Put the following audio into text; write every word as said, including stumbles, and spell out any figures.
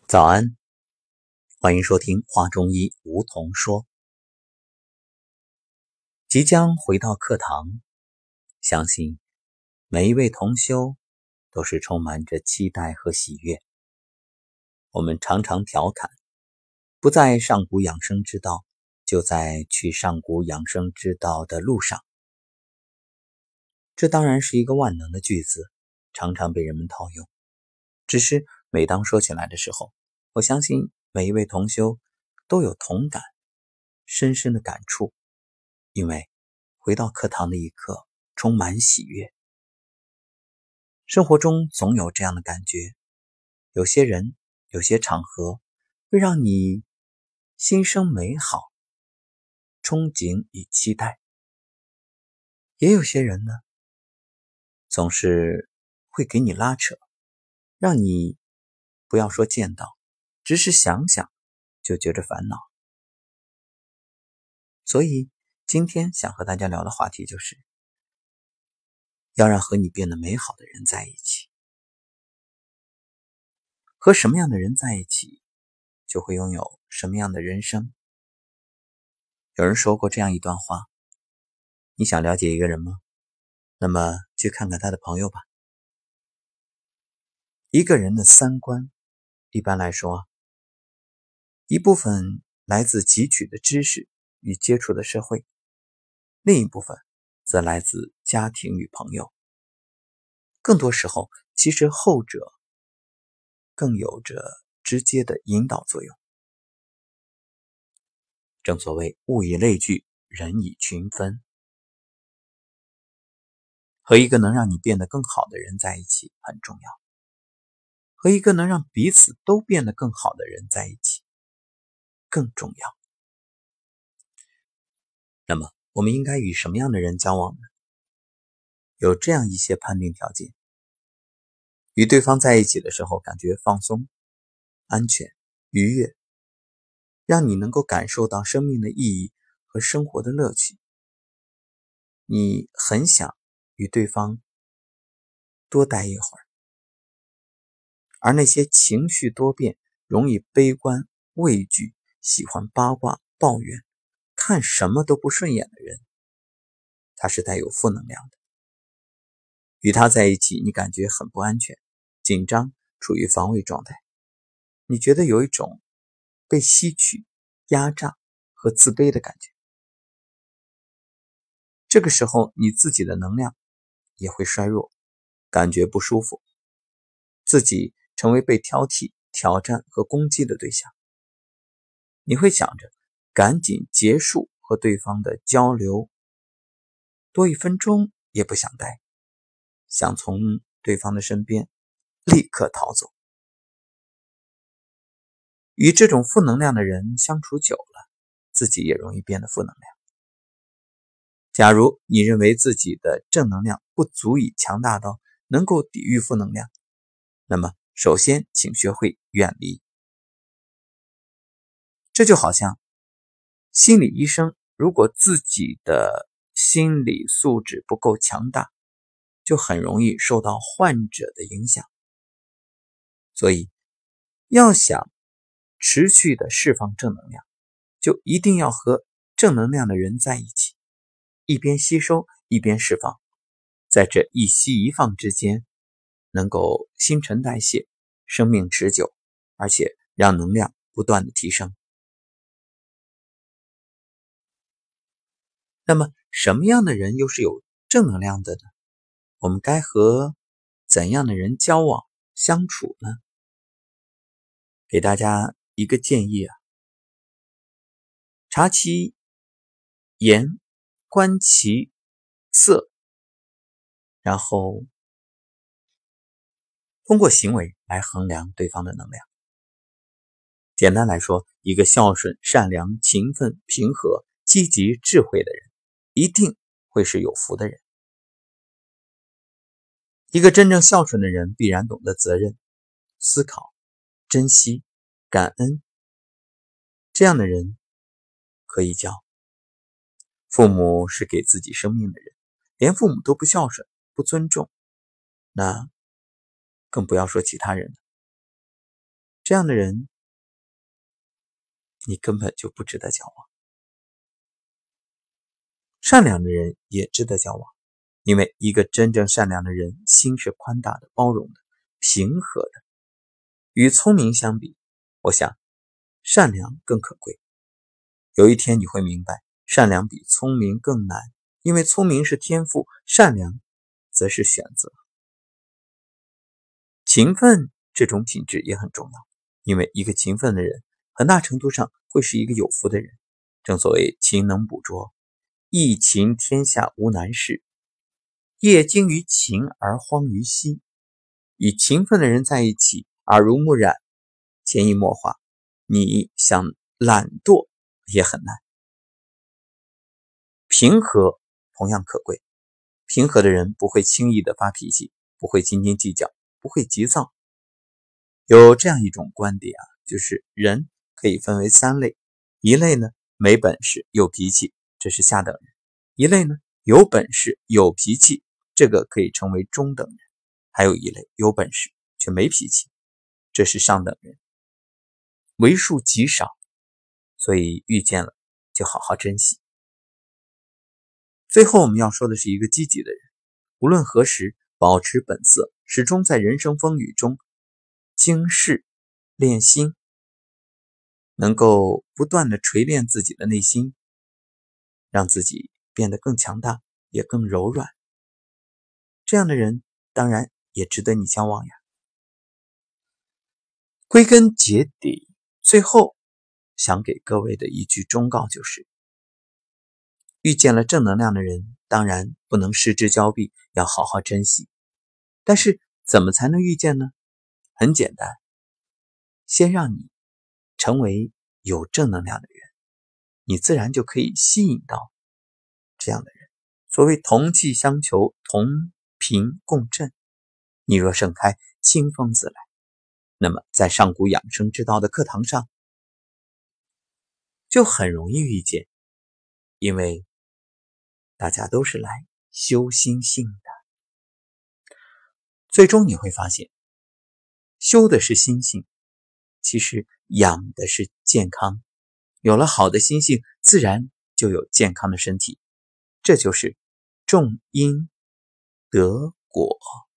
早安，欢迎收听华中医梧桐说。即将回到课堂，相信每一位同修都是充满着期待和喜悦。我们常常调侃，不在上古养生之道，就在去上古养生之道的路上。这当然是一个万能的句子，常常被人们套用。只是每当说起来的时候，我相信每一位同修都有同感，深深的感触，因为回到课堂的一刻充满喜悦。生活中总有这样的感觉，有些人，有些场合会让你心生美好，憧憬与期待。也有些人呢，总是会给你拉扯，让你不要说见到，只是想想就觉着烦恼。所以今天想和大家聊的话题就是要让和你变得美好的人在一起。和什么样的人在一起，就会拥有什么样的人生。有人说过这样一段话，你想了解一个人吗？那么去看看他的朋友吧。一个人的三观，一般来说，一部分来自汲取的知识与接触的社会，另一部分则来自家庭与朋友。更多时候，其实后者更有着直接的引导作用。正所谓物以类聚，人以群分。和一个能让你变得更好的人在一起很重要，和一个能让彼此都变得更好的人在一起更重要。那么我们应该与什么样的人交往呢？有这样一些判定条件：与对方在一起的时候感觉放松、安全、愉悦，让你能够感受到生命的意义和生活的乐趣。你很想与对方多待一会儿。而那些情绪多变、容易悲观、畏惧、喜欢八卦、抱怨、看什么都不顺眼的人，他是带有负能量的。与他在一起，你感觉很不安全、紧张，处于防卫状态。你觉得有一种被吸取、压榨和自卑的感觉。这个时候，你自己的能量也会衰弱，感觉不舒服，自己成为被挑剔、挑战和攻击的对象。你会想着赶紧结束和对方的交流，多一分钟也不想待，想从对方的身边立刻逃走。与这种负能量的人相处久了，自己也容易变得负能量。假如你认为自己的正能量不足以强大到能够抵御负能量，那么首先请学会远离。这就好像心理医生如果自己的心理素质不够强大，就很容易受到患者的影响。所以要想持续的释放正能量，就一定要和正能量的人在一起，一边吸收一边释放，在这一吸一放之间，能够新陈代谢，生命持久，而且让能量不断的提升。那么什么样的人又是有正能量的呢？我们该和怎样的人交往相处呢？给大家一个建议啊，察其言，观其色，然后通过行为来衡量对方的能量。简单来说，一个孝顺、善良、勤奋、平和、积极、智慧的人，一定会是有福的人。一个真正孝顺的人，必然懂得责任、思考、珍惜、感恩，这样的人可以交。父母是给自己生命的人，连父母都不孝顺、不尊重，那更不要说其他人了。 这样的人你根本就不值得交往。善良的人也值得交往，因为一个真正善良的人心是宽大的、包容的、平和的。与聪明相比，我想善良更可贵。有一天你会明白，善良比聪明更难，因为聪明是天赋，善良则是选择。勤奋这种品质也很重要，因为一个勤奋的人很大程度上会是一个有福的人。正所谓勤能补拙，一勤天下无难事，业精于勤而荒于嬉。与勤奋的人在一起，耳濡目染，潜移默化，你想懒惰也很难。平和同样可贵，平和的人不会轻易的发脾气，不会斤斤计较，不会急躁。有这样一种观点啊，就是人可以分为三类，一类呢没本事有脾气，这是下等人；一类呢有本事有脾气，这个可以称为中等人；还有一类有本事却没脾气，这是上等人。为数极少，所以遇见了就好好珍惜。最后我们要说的是一个积极的人，无论何时保持本色，始终在人生风雨中经世练心，能够不断的锤炼自己的内心，让自己变得更强大，也更柔软。这样的人当然也值得你交往呀。归根结底，最后想给各位的一句忠告就是，遇见了正能量的人，当然不能失之交臂，要好好珍惜。但是怎么才能遇见呢？很简单，先让你成为有正能量的人，你自然就可以吸引到这样的人。所谓同气相求，同频共振，你若盛开，清风自来。那么在上古养生之道的课堂上，就很容易遇见，因为大家都是来修心性的。最终你会发现，修的是心性，其实养的是健康。有了好的心性，自然就有健康的身体。这就是种因得果。